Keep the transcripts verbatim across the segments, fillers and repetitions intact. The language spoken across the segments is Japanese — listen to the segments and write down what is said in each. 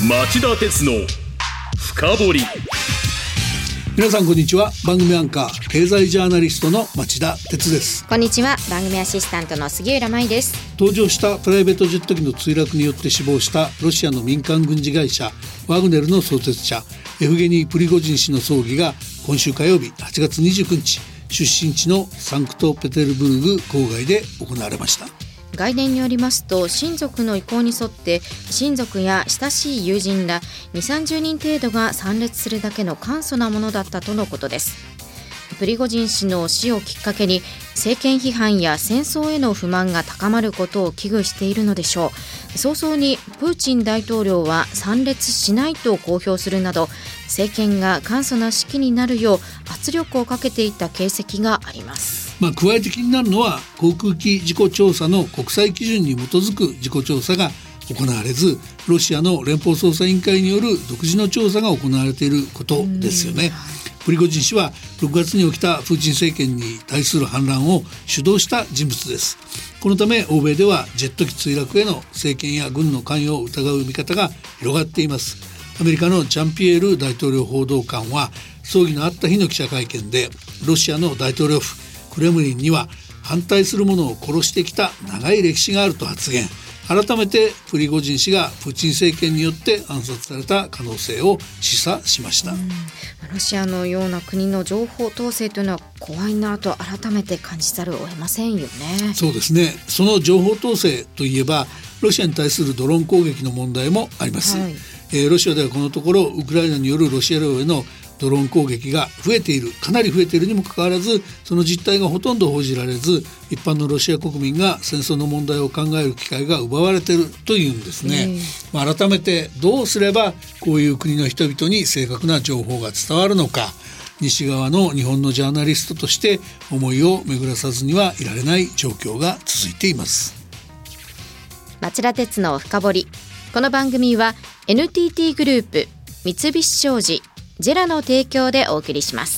町田鉄の深掘り。 皆さんこんにちは。番組アンカー経済ジャーナリストの町田鉄です。 こんにちは。番組アシスタントの杉浦舞です。 登場したプライベートジェット機の墜落によって死亡したロシアの民間軍事会社ワグネルの創設者エフゲニー・プリゴジン氏の葬儀が今週火曜日はちがつにじゅうくにち出身地のサンクトペテルブルグ郊外で行われました。 外伝によりますと、親族の意向に沿って親族や親しい友人らにじゅうさんじゅうにん程度が参列するだけの簡素なものだったとのことです。プリゴジン氏の死をきっかけに政権批判や戦争への不満が高まることを危惧しているのでしょう。早々にプーチン大統領は参列しないと公表するなど、政権が簡素な式になるよう圧力をかけていた形跡があります。 まあ、加えて気になるのは航空機事故調査の国際基準に基づく事故調査が行われず、ロシアの連邦捜査委員会による独自の調査が行われていることですよね。プリゴジン氏はろくがつに起きたプーチン政権に対する反乱を主導した人物です。このため欧米ではジェット機墜落への政権や軍の関与を疑う見方が広がっています。アメリカのジャンピエール大統領報道官は葬儀のあった日の記者会見で、ロシアの大統領府クレムリンには反対する者を殺してきた長い歴史があると発言。改めてプリゴジン氏がプーチン政権によって暗殺された可能性を示唆しました。 ロシアのような国の情報統制というのは怖いなと改めて感じざるを得ませんよね。 そうですね。その情報統制といえばロシアに対するドローン攻撃の問題もあります、はい。えー、ロシアではこのところウクライナによるロシア領へのドローン攻撃が増えている、かなり増えているにもかかわらず、その実態がほとんど報じられず、一般のロシア国民が戦争の問題を考える機会が奪われているというんですね、まあ、改めてどうすればこういう国の人々に正確な情報が伝わるのか、西側の日本のジャーナリストとして思いを巡らさずにはいられない状況が続いています。 町田鉄の深掘り。この番組は エヌティーティー グループ、三菱商事、ジェラの提供でお送りします。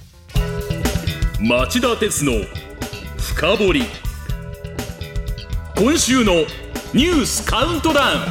町田鉄の深掘り。今週のニュースカウントダウン。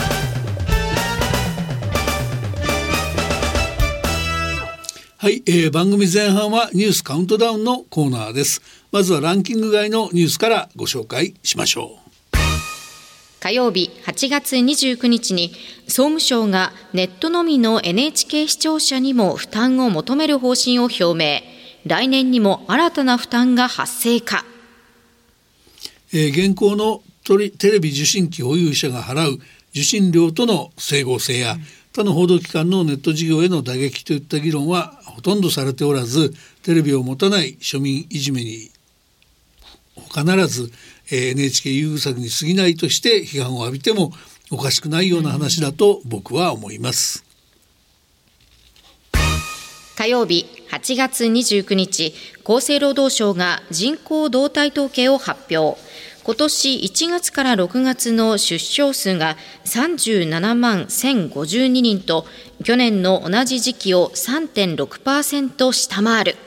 はい、えー、番組前半はニュースカウントダウンのコーナーです。まずはランキング外のニュースからご紹介しましょう。 火曜日はちがつにじゅうくにちに総務省がネットのみの エヌエイチケー 視聴者にも負担を求める方針を表明。来年にも新たな負担が発生か。 えー、現行のテレビ受信機保有者が払う受信料との整合性や、うん、他の報道機関のネット事業への打撃といった議論はほとんどされておらず、テレビを持たない庶民いじめに他ならずエヌエイチケー 優遇策に過ぎないとして批判を浴びてもおかしくないような話だと僕は思います。 火曜日はちがつにじゅうくにち、厚生労働省が人口動態統計を発表。今年いちがつからろくがつの出生数がさんじゅうななまんせんごじゅうににんと、去年の同じ時期を さんてんろくパーセント 下回る。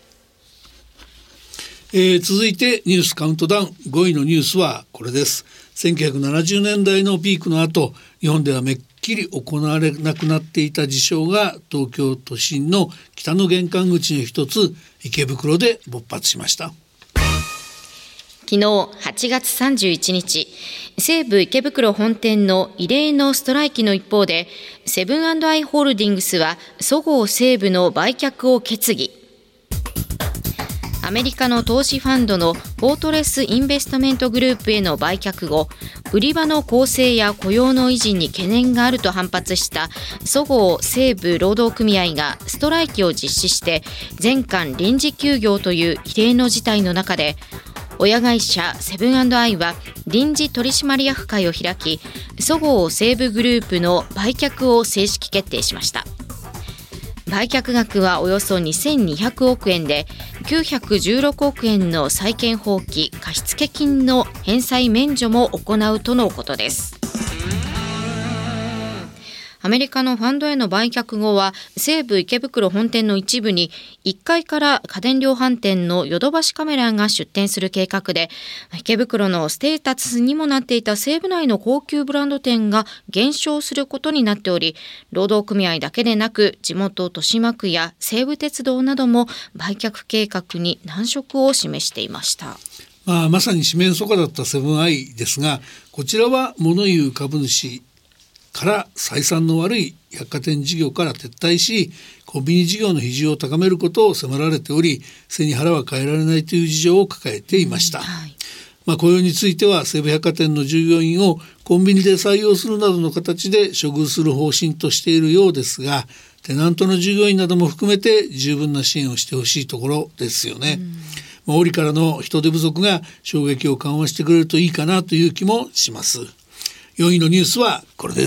えー、続いてニュースカウントダウンごいのニュースはこれです。せんきゅうひゃくななじゅうねんだいのピークの後、日本ではめっきり行われなくなっていた事象が東京都心の北の玄関口の一つ池袋で勃発しました。 昨日はちがつさんじゅういちにち、西武池袋本店の異例のストライキの一方で、セブン&アイ・ホールディングスはそごう・西武の売却を決議。アメリカの投資ファンドのフォートレス・インベストメントグループへの売却後、売り場の構成や雇用の維持に懸念があると反発したそごう・西武労働組合がストライキを実施して全館臨時休業という異例の事態の中で、親会社セブン&アイは臨時取締役会を開き、そごう・西武グループの売却を正式決定しました。売却額はおよそにせんにひゃくおくえんで、きゅうひゃくじゅうろくおくえんの債権放棄貸付金の返済免除も行うとのことです。 アメリカのファンドへの売却後は西武池袋本店の一部にいっかいから家電量販店のヨドバシカメラが出店する計画で、池袋のステータスにもなっていた西武内の高級ブランド店が減少することになっており、労働組合だけでなく地元豊島区や西武鉄道なども売却計画に難色を示していました。 まあ、まさに四面楚歌だったセブンアイですが、こちらは物言う株主から採算の悪い百貨店事業から撤退し、コンビニ事業の比重を高めることを迫られており、背に腹は変えられないという事情を抱えていました、うんはいまあ、雇用については西武百貨店の従業員をコンビニで採用するなどの形で処遇する方針としているようですが、テナントの従業員なども含めて十分な支援をしてほしいところですよね、うんまあ、折からの人手不足が衝撃を緩和してくれるといいかなという気もします。よんいのニュースはこれです。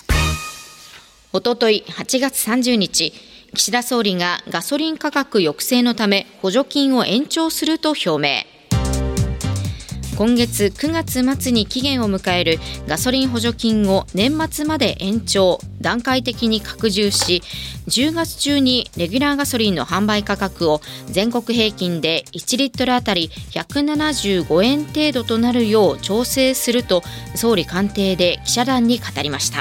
おとといはちがつさんじゅうにち、岸田総理がガソリン価格抑制のため補助金を延長すると表明。今月くがつ末に期限を迎えるガソリン補助金を年末まで延長、段階的に拡充し、じゅうがつ中にレギュラーガソリンの販売価格を全国平均でいちリットルあたりひゃくななじゅうごえん程度となるよう調整すると総理官邸で記者団に語りました。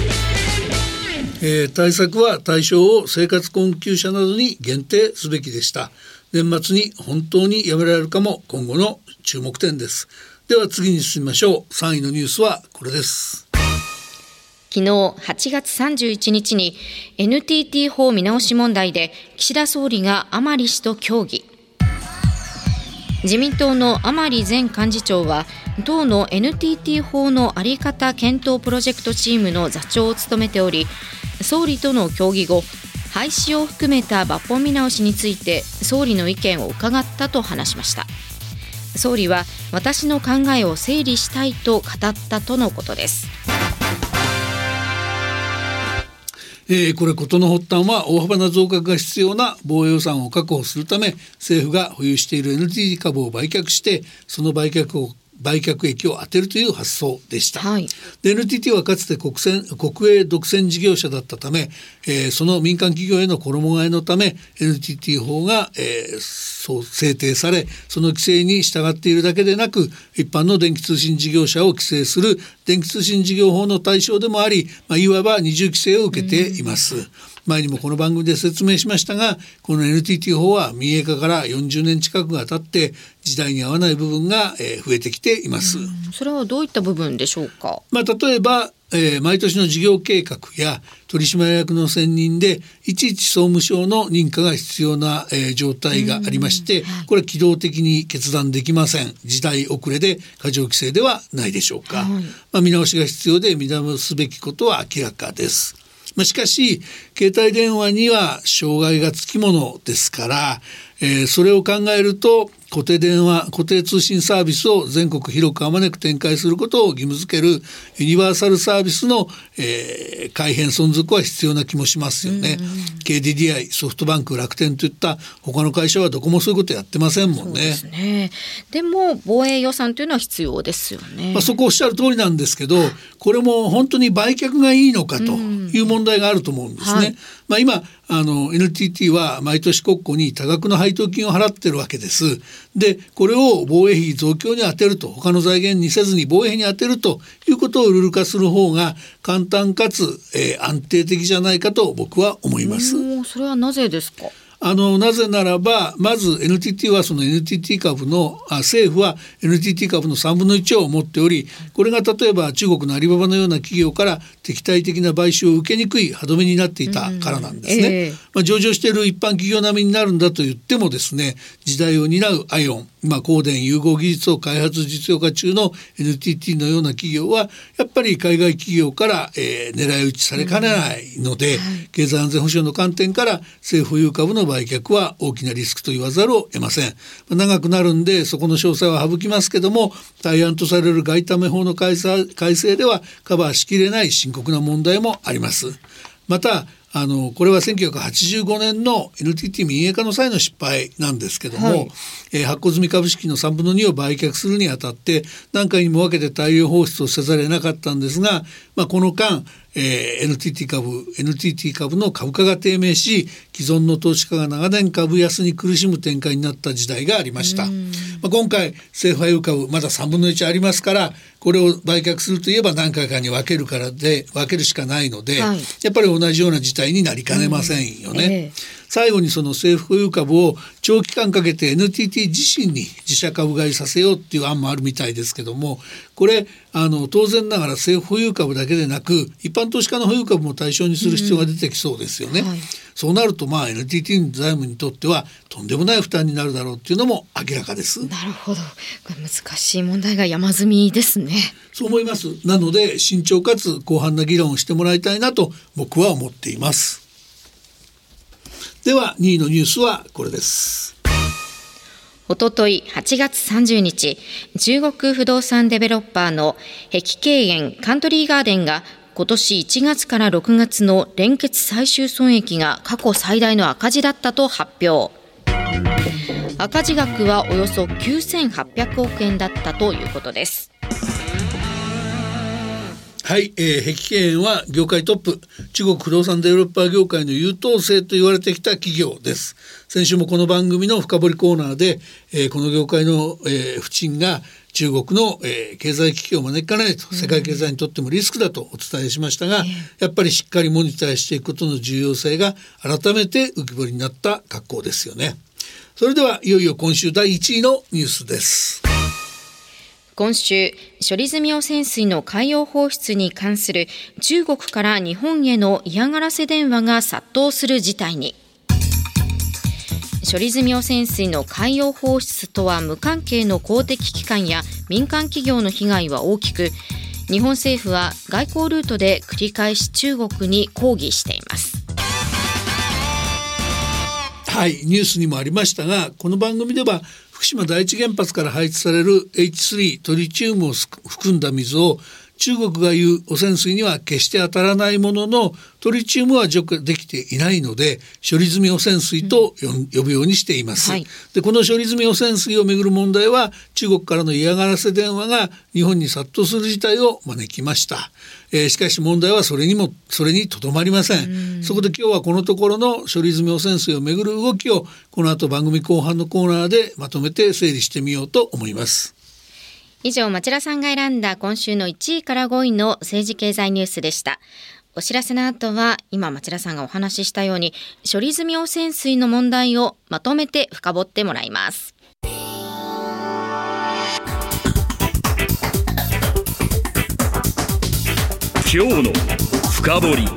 えー、対策は対象を生活困窮者などに限定すべきでした。年末に本当にやめられるかも今後の注目点です。では次に進みましょう。さんいのニュースはこれです。 昨日はちがつさんじゅういちにちに エヌティーティー 法見直し問題で岸田総理が甘利氏と協議。自民党の甘利前幹事長は党の エヌティーティー 法の在り方検討プロジェクトチームの座長を務めており、総理との協議後、廃止を含めた抜本見直しについて総理の意見を伺ったと話しました。総理は私の考えを整理したいと語ったとのことです。 えー、これ事の発端は大幅な増額が必要な防衛予算を確保するため、政府が保有している エヌティーティー 株を売却してその売却を売却益を当てるという発想でした、はい、で エヌティーティー はかつて 国, 選国営独占事業者だったため、えー、その民間企業への衣替えのため エヌティーティー 法が、えー、そう制定され、その規制に従っているだけでなく一般の電気通信事業者を規制する電気通信事業法の対象でもあり、まあ、いわば二重規制を受けています。前にもこの番組で説明しましたが、この エヌティーティー 法は民営化からよんじゅうねん近くが経って時代に合わない部分が、えー、増えてきています。 それはどういった部分でしょうか。 まあ、例えば、えー、毎年の事業計画や取締役の選任でいちいち総務省の認可が必要な、えー、状態がありまして、これは機動的に決断できません。時代遅れで過剰規制ではないでしょうか、はいまあ、見直しが必要で見直すべきことは明らかです。まあ、しかし携帯電話には障害がつきものですから、えー、それを考えると固定電話固定通信サービスを全国広くあまねく展開することを義務付けるユニバーサルサービスの、えー、改変存続は必要な気もしますよね。 ケーディーディーアイ、ソフトバンク、楽天といった他の会社はどこもそういうことやってませんもんね。そうですね。 でも防衛予算というのは必要ですよね。 まあ、そこおっしゃる通りなんですけど、これも本当に売却がいいのかという問題があると思うんですね、はいまあ、今あの エヌティーティー は毎年国庫に多額の配当金を払ってるわけです。でこれを防衛費増強に充てると、他の財源にせずに防衛費に充てるということをルール化する方が簡単かつ、えー、安定的じゃないかと僕は思います。 それはなぜですか。 あのなぜならば、まず エヌティーティー はその エヌティーティー 株のあ政府は エヌティーティー 株のさんぶんのいちを持っており、これが例えば中国のアリババのような企業から敵対的な買収を受けにくい歯止めになっていたからなんですね、えーまあ、上場している一般企業並みになるんだと言ってもですね、時代を担うアイオン、まあ、光電融合技術を開発実用化中の エヌティーティー のような企業はやっぱり海外企業から、えー、狙い撃ちされかねないので、うんはい、経済安全保障の観点から政府保有株の売却は大きなリスクと言わざるを得ません。長くなるんでそこの詳細は省きますけども、対案とされる外為法の改正ではカバーしきれない深刻な問題もあります。またあのこれはせんきゅうひゃくはちじゅうごねんの エヌティーティー 民営化の際の失敗なんですけども、はい、えー、発行済み株式のさんぶんのにを売却するにあたって何回にも分けて大量放出をせざるを得なかったんですが、まあ、この間、えー、エヌティーティー 株 エヌティーティー 株の株価が低迷し、既存の投資家が長年株安に苦しむ展開になった時代がありました。まあ、今回政府配布株まださんぶんのいちありますから、これを売却するといえば何回かに分けるからで分けるしかないので、はい、やっぱり同じような事態になりかねませんよね。うん、えー最後にその政府保有株を長期間かけて エヌティーティー 自身に自社株買いさせようっていう案もあるみたいですけども、これあの当然ながら政府保有株だけでなく一般投資家の保有株も対象にする必要が出てきそうですよね。うん、はい、そうなるとまあ エヌティーティー の財務にとってはとんでもない負担になるだろうっていうのも明らかです。 なるほど、これ難しい問題が山積みですね。 そう思います。なので慎重かつ広範な議論をしてもらいたいなと僕は思っています。ではにいのニュースはこれです。 おとといはちがつさんじゅうにち、中国不動産デベロッパーの碧桂園カントリーガーデンが今年いちがつからろくがつの連結最終損益が過去最大の赤字だったと発表。赤字額はおよそきゅうせんはっぴゃくおくえんだったということです。 はい、えー、碧桂園は業界トップ、中国不動産デベロッパー業界の優等生と言われてきた企業です。先週もこの番組の深掘りコーナーで、えー、この業界の、えー、不振が中国の、えー、経済危機を招きかねないと、世界経済にとってもリスクだとお伝えしましたが、うん、やっぱりしっかりモニターしていくことの重要性が改めて浮き彫りになった格好ですよね。それではいよいよ今週だいいちいのニュースです。 今週、処理済み汚染水の海洋放出に関する中国から日本への嫌がらせ電話が殺到する事態に。処理済み汚染水の海洋放出とは無関係の公的機関や民間企業の被害は大きく、日本政府は外交ルートで繰り返し中国に抗議しています。 はい、ニュースにもありましたが、この番組では福島第一原発から排出される エイチスリー トリチウムを含んだ水を中国が言う汚染水には決して当たらないものの、トリチウムは除去できていないので処理済み汚染水と呼ぶようにしています。はい、でこの処理済み汚染水をめぐる問題は中国からの嫌がらせ電話が日本に殺到する事態を招きました。えー、しかし問題はそれにもそれにとどまりません。そこで今日はこのところの処理済み汚染水をめぐる動きをこの後番組後半のコーナーでまとめて整理してみようと思います。 以上、町田さんが選んだ今週のいちいからごいの政治経済ニュースでした。お知らせの後は今町田さんがお話ししたように処理済み汚染水の問題をまとめて深掘ってもらいます。 今日の深掘り。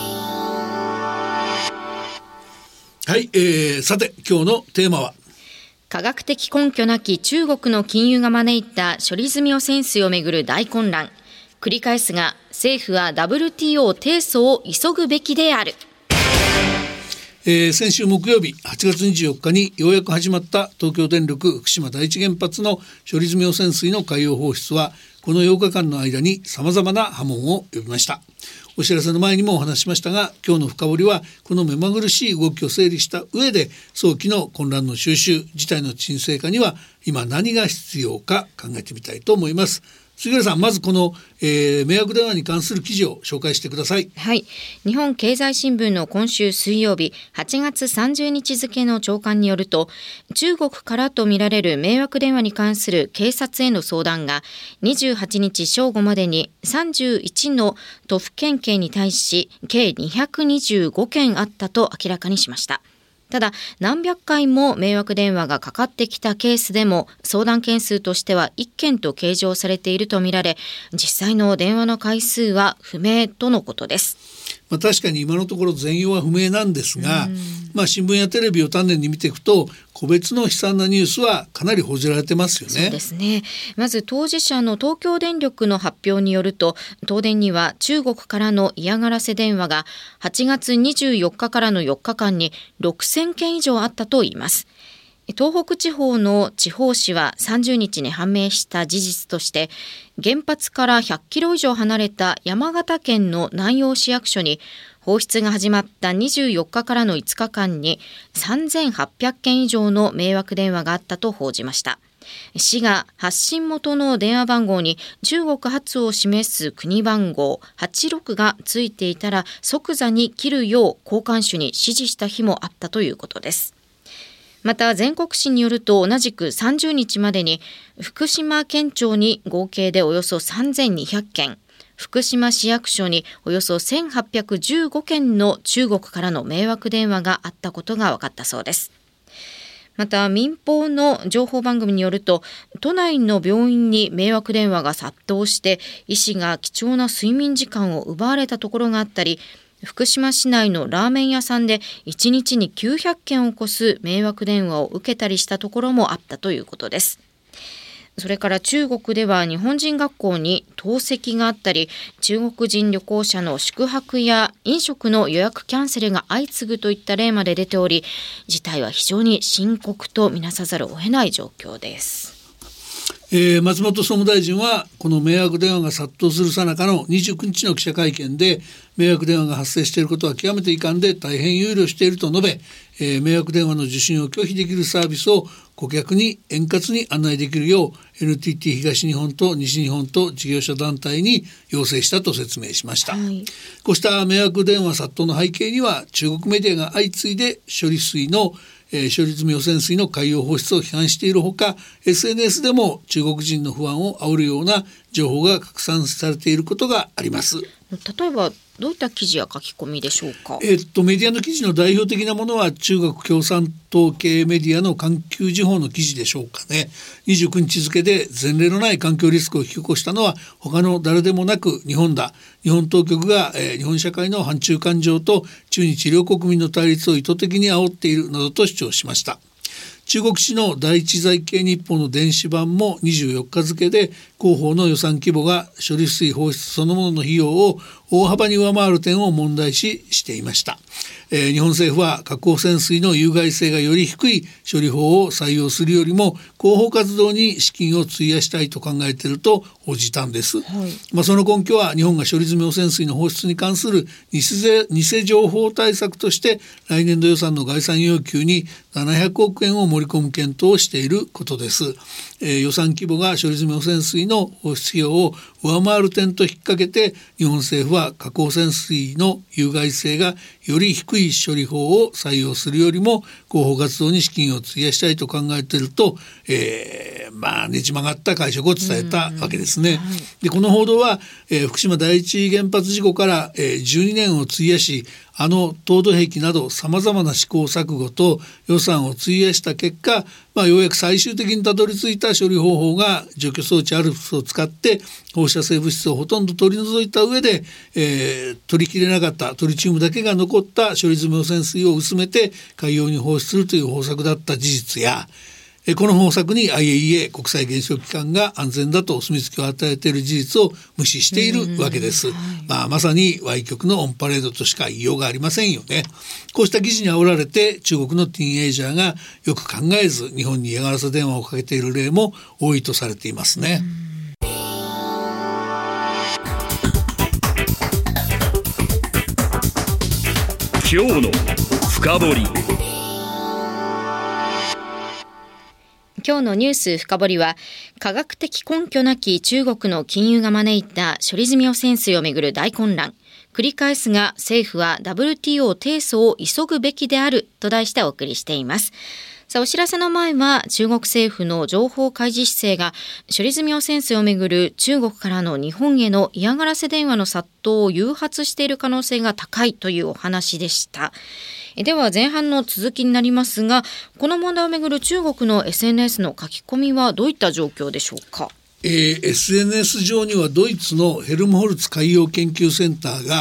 はい、えー、さて今日のテーマは科学的根拠なき中国の禁輸が招いた処理済み汚染水をめぐる大混乱。繰り返すが政府は ダブリューティーオー 提訴を急ぐべきである。 えー、先週木曜日はちがつにじゅうよっかにようやく始まった東京電力福島第一原発の処理済み汚染水の海洋放出はこのようかかんの間に様々な波紋を呼びました。お知らせの前にもお話ししましたが、今日の深掘りはこの目まぐるしい動きを整理した上で早期の混乱の収拾、事態の沈静化には今何が必要か考えてみたいと思います。杉浦さん、まずこの、えー、迷惑電話に関する記事を紹介してください。 はい、日本経済新聞の今週水曜日はちがつさんじゅうにち付の朝刊によると、中国からとみられる迷惑電話に関する警察への相談がにじゅうはちにち正午までにさんじゅういちの都府県警に対し計にひゃくにじゅうごけんあったと明らかにしました。ただ何百回も迷惑電話がかかってきたケースでも相談件数としてはいっけんと計上されているとみられ、実際の電話の回数は不明とのことです。 まあ、確かに今のところ全容は不明なんですが、まあ、新聞やテレビを丹念に見ていくと個別の悲惨なニュースはかなり報じられてますよね。 そうですね。まず当事者の東京電力の発表によると、東電には中国からの嫌がらせ電話がはちがつにじゅうよっかからのよっかかんにろくせんけん以上あったといいます。 東北地方の地方紙はさんじゅうにちに判明した事実として、原発からひゃっキロ以上離れた山形県の南陽市役所に放出が始まったにじゅうよっかからのいつかかんにさんぜんはっぴゃくけん以上の迷惑電話があったと報じました。市が発信元の電話番号に中国発を示す国番号はちろくがついていたら即座に切るよう交換手に指示した日もあったということです。また全国紙によると、同じくさんじゅうにちまでに福島県庁に合計でおよそさんぜんにひゃっけん、福島市役所におよそせんはっぴゃくじゅうごけんの中国からの迷惑電話があったことが分かったそうです。また民放の情報番組によると、都内の病院に迷惑電話が殺到して医師が貴重な睡眠時間を奪われたところがあったり、福島市内のラーメン屋さんでいちにちにきゅうひゃっけんを超す迷惑電話を受けたりしたところもあったということです。それから中国では日本人学校に投石があったり、中国人旅行者の宿泊や飲食の予約キャンセルが相次ぐといった例まで出ており、事態は非常に深刻とみなさざるを得ない状況です。 えー、松本総務大臣はこの迷惑電話が殺到する最中のにじゅうくにちの記者会見で、迷惑電話が発生していることは極めて遺憾で大変憂慮していると述べ、えー、迷惑電話の受信を拒否できるサービスを顧客に円滑に案内できるよう エヌティーティー 東日本と西日本と事業者団体に要請したと説明しました、はい、こうした迷惑電話殺到の背景には、中国メディアが相次いで処理水のえー、処理済み汚染水の海洋放出を批判しているほか、 エスエヌエス でも中国人の不安を煽るような情報が拡散されていることがあります。 例えばどういった記事や書き込みでしょうか。 えっと、メディアの記事の代表的なものは中国共産党系メディアの環球時報の記事でしょうかね。にじゅうくにち付で前例のない環境リスクを引き起こしたのは他の誰でもなく日本だ。日本当局が、えー、日本社会の反中感情と中日両国民の対立を意図的に煽っているなどと主張しました。中国紙の第一財経日報の電子版もにじゅうよっか付で広報の予算規模が処理水放出そのものの費用を大幅に上回る点を問題視していました。えー、日本政府は核汚染水の有害性がより低い処理法を採用するよりも広報活動に資金を費やしたいと考えていると報じたんです、はい。まあ、その根拠は日本が処理済み汚染水の放出に関する偽偽情報対策として来年度予算の概算要求にななひゃくおくえんを盛り込む検討をしていることです。えー、予算規模が処理済み汚染水の放出費用を上回る点と引っ掛けて、日本政府は核汚染水の有害性がより低い処理法を採用するよりも広報活動に資金を費やしたいと考えていると、えー、まあねじ曲がった解釈を伝えたわけですね、はい、でこの報道は、えー、福島第一原発事故から、えー、じゅうにねんを費やし、あの凍土壁などさまざまな試行錯誤と予算を費やした結果、まあ、ようやく最終的にたどり着いた処理方法が除去装置アルプスを使って放射性物質をほとんど取り除いた上で、えー、取りきれなかったトリチウムだけが残った処理済み汚染水を薄めて海洋に放出するという方策だった事実や、この方策に アイエーイーエー 国際原子力機関が安全だとお墨付きを与えている事実を無視しているわけです、まあ、まさに歪曲のオンパレードとしか言いようがありませんよね。こうした記事に煽られて中国のティーンエイジャーがよく考えず日本に嫌がらせ電話をかけている例も多いとされていますね。 今日の深掘り。 今日のニュース深掘りは、科学的根拠なき中国の禁輸が招いた処理済み汚染水をめぐる大混乱。繰り返すが政府は ダブリューティーオー 提訴を急ぐべきであると題してお送りしています。さあ、お知らせの前は中国政府の情報開示姿勢が処理済み汚染水をめぐる中国からの日本への嫌がらせ電話の殺到を誘発している可能性が高いというお話でした。では前半の続きになりますが、この問題をめぐる中国の エスエヌエス の書き込みはどういった状況でしょうか。 えー、エスエヌエス 上にはドイツのヘルムホルツ海洋研究センターが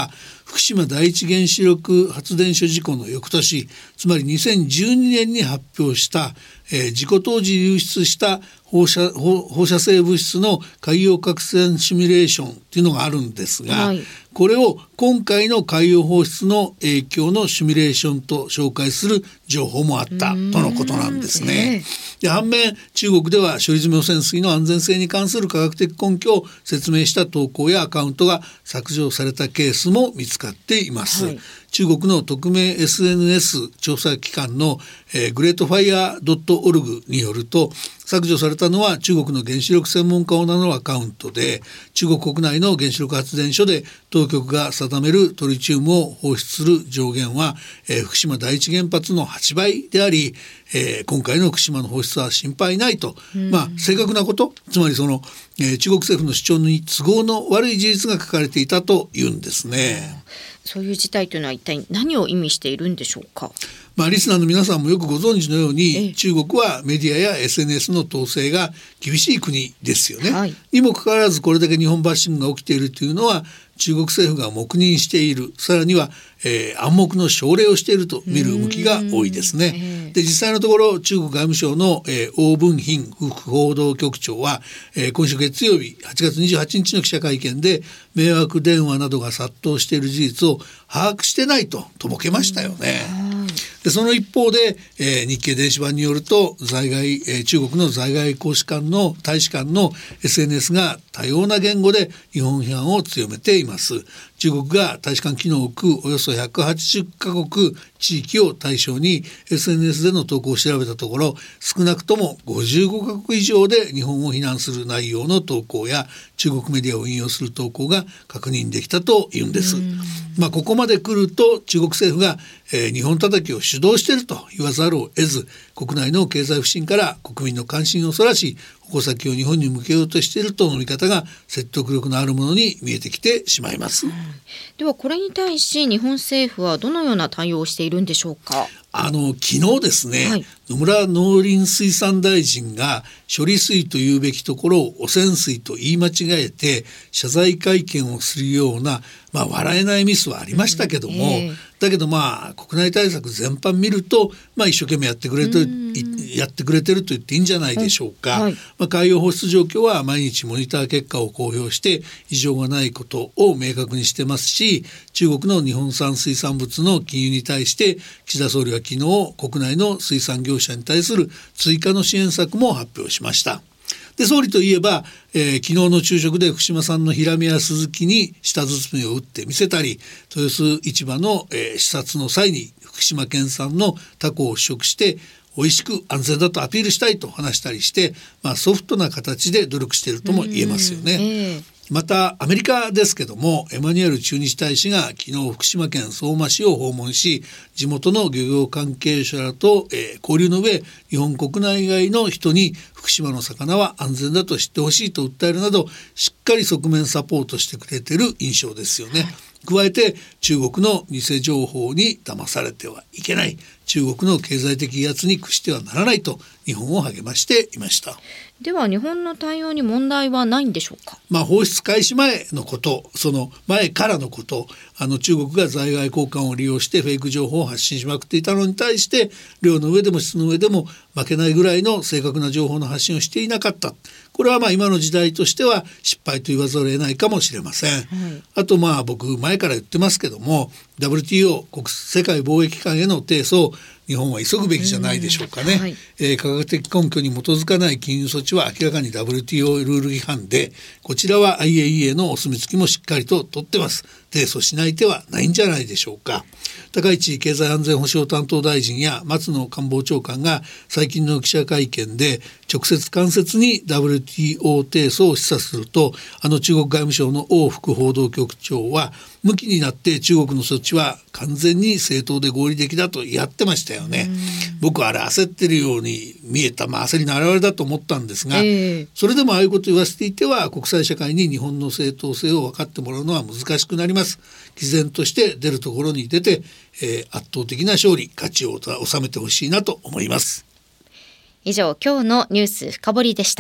福島第一原子力発電所事故の翌年、つまりにせんじゅうにねんに発表した、えー、事故当時流出した放射、放、放射性物質の海洋拡散シミュレーションっていうのがあるんですが、はい、これを今回の海洋放出の影響のシミュレーションと紹介する情報もあったとのことなんですね。で、反面中国では処理済み汚染水の安全性に関する科学的根拠を説明した投稿やアカウントが削除されたケースも見つかっています。はい、中国の匿名 エスエヌエス 調査機関の、えー、グレートファイア ドットオルグ によると、削除されたのは中国の原子力専門家を名乗るアカウントで、中国国内の原子力発電所で当局が定めるトリチウムを放出する上限は、えー、福島第一原発のはちばいであり、えー、今回の福島の放出は心配ないと、まあ、正確なこと、つまりその、えー、中国政府の主張に都合の悪い事実が書かれていたというんですね。 そういう事態というのは一体何を意味しているんでしょうか。 まあ、リスナーの皆さんもよくご存知のように、中国はメディアや エスエヌエス の統制が厳しい国ですよね。はい、にもかかわらずこれだけ日本バッシングが起きているというのは、中国政府が黙認している、さらには、えー、暗黙の奨励をしていると見る向きが多いですね。で、実際のところ中国外務省の、えー、王文賓副報道局長は、えー、今週月曜日はちがつにじゅうはちにちの記者会見で、迷惑電話などが殺到している事実を把握してないととぼけましたよね。で、その一方で、えー、日経電子版によると、在外、えー、中国の在外公使館の大使館の エスエヌエス が多様な言語で日本批判を強めています。中国が大使館機能を置くおよそひゃくはちじゅっかこく地域を対象に エスエヌエス での投稿を調べたところ、少なくともごじゅうごかこく以上で日本を非難する内容の投稿や中国メディアを引用する投稿が確認できたというんです。まあ、ここまで来ると中国政府が、えー、日本叩きを主導していると言わざるを得ず、国内の経済不振から国民の関心をそらし、矛先を日本に向けようとしているとの見方が説得力のあるものに見えてきてしまいます。うん、 ではこれに対し日本政府はどのような対応をしているんでしょうか。 あの昨日ですね、はい、野村農林水産大臣が処理水というべきところを汚染水と言い間違えて謝罪会見をするような、まあ、笑えないミスはありましたけども、うんえー、だけどまあ国内対策全般見ると、まあ、一生懸命やってくれてる、やってくれてると言っていいんじゃないでしょうか。はい、まあ、海洋放出状況は毎日モニター結果を公表して異常がないことを明確にしてますし、中国の日本産水産物の禁輸に対して岸田総理は昨日国内の水産業者に対する追加の支援策も発表しました。で、総理といえば、えー、昨日の昼食で福島産のヒラメやスズキに舌包みを打ってみせたり、豊洲市場の、えー、視察の際に福島県産のタコを試食して美味しく安全だとアピールしたいと話したりして、まあ、ソフトな形で努力しているとも言えますよね。えー、またアメリカですけども、エマニュエル駐日大使が昨日福島県相馬市を訪問し、地元の漁業関係者らと、えー、交流の上、日本国内外の人に福島の魚は安全だと知ってほしいと訴えるなど、しっかり側面サポートしてくれている印象ですよね。はい、加えて中国の偽情報に騙されてはいけない、中国の経済的威圧に屈してはならないと日本を励ましていました。 では日本の対応に問題はないんでしょうか。 まあ、放出開始前のこと、その前からのこと、あの中国が在外交換を利用してフェイク情報を発信しまくっていたのに対して、量の上でも質の上でも負けないぐらいの正確な情報の発信をしていなかった。これはまあ今の時代としては失敗と言わざるを得ないかもしれません。はい、あとまあ僕前から言ってますけども、 ダブリューティーオー 国世界貿易機関への提訴を日本は急ぐべきじゃないでしょうかね。はい、えー、科学的根拠に基づかない金融措置は明らかに ダブリューティーオー ルール違反で、こちらは アイエーイーエー のお墨付きもしっかりと取ってます。提訴しない手はないんじゃないでしょうか。高市経済安全保障担当大臣や松野官房長官が最近の記者会見で直接間接に ダブリューティーオー 提訴を示唆すると、あの中国外務省の王副報道局長は向きになって中国の措置は完全に正当で合理的だとやってましたよね。僕はあれ焦ってるように見えた、まあ、焦りの表れだと思ったんですが、えー、それでもああいうことを言わせていては国際社会に日本の正当性を分かってもらうのは難しくなります。毅然として出るところに出て、えー、圧倒的な勝利勝ちを収めてほしいなと思います。 以上、今日のニュース深掘りでした。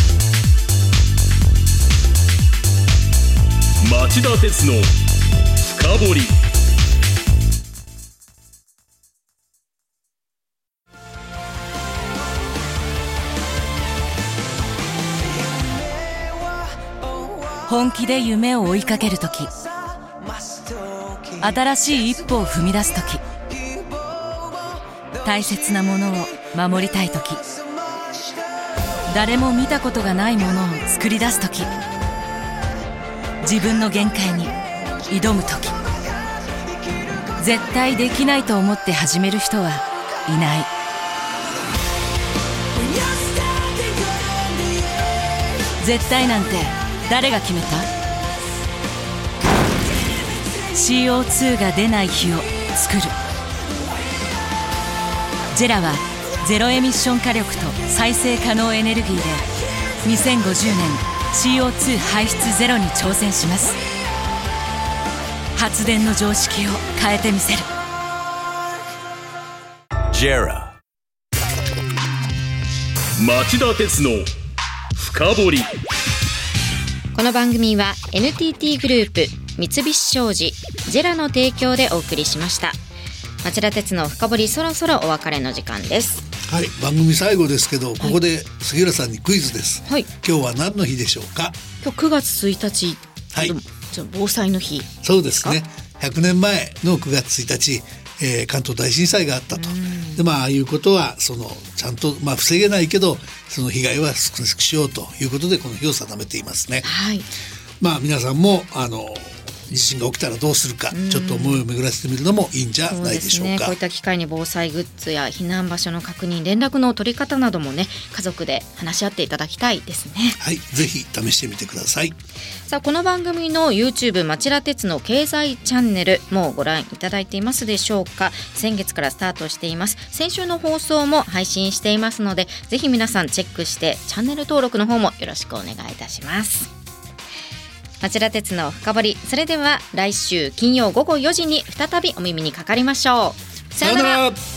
町田鉄の深掘り。 本気で夢を追いかけるとき、新しい一歩を踏み出すとき、大切なものを守りたいとき、誰も見たことがないものを作り出すとき、自分の限界に挑むとき、絶対できないと思って始める人はいない。絶対なんて誰が決めた？ シーオーツー が出ない日を作る。ジェラはゼロエミッション火力と再生可能エネルギーでにせんごじゅうねん シーオーツー 排出ゼロに挑戦します。発電の常識を変えてみせる。 ジェラ町田鉄の深掘り。 この番組は エヌティーティー グループ、三菱商事、ジェラの提供でお送りしました。町田鉄の深掘り、そろそろお別れの時間です。 はい、番組最後ですけど、ここで杉浦さんにクイズです、はい、今日は何の日でしょうか？ 今日くがつついたち、はい、じゃあ防災の日。 そうですね、ひゃくねんまえのくがつついたち、えー、関東大震災があったと。で、まあ、ああいうことはそのちゃんと、まあ、防げないけどその被害は少なくしようということでこの日を定めていますね。 はい、 まあ、皆さんもあの地震が起きたらどうするか、ちょっと思いを巡らせてみるのもいいんじゃないでしょうか。そうですね、 こういった機会に防災グッズや避難場所の確認、連絡の取り方などもね、家族で話し合っていただきたいですね。 はい、ぜひ試してみてください。 さあ、この番組の YouTube 町田鉄の経済チャンネルもうご覧いただいていますでしょうか。先月からスタートしています。先週の放送も配信していますので、ぜひ皆さんチェックしてチャンネル登録の方もよろしくお願いいたします。町田鉄の深掘り、それでは来週金曜ごごよじに再びお耳にかかりましょう。さよなら。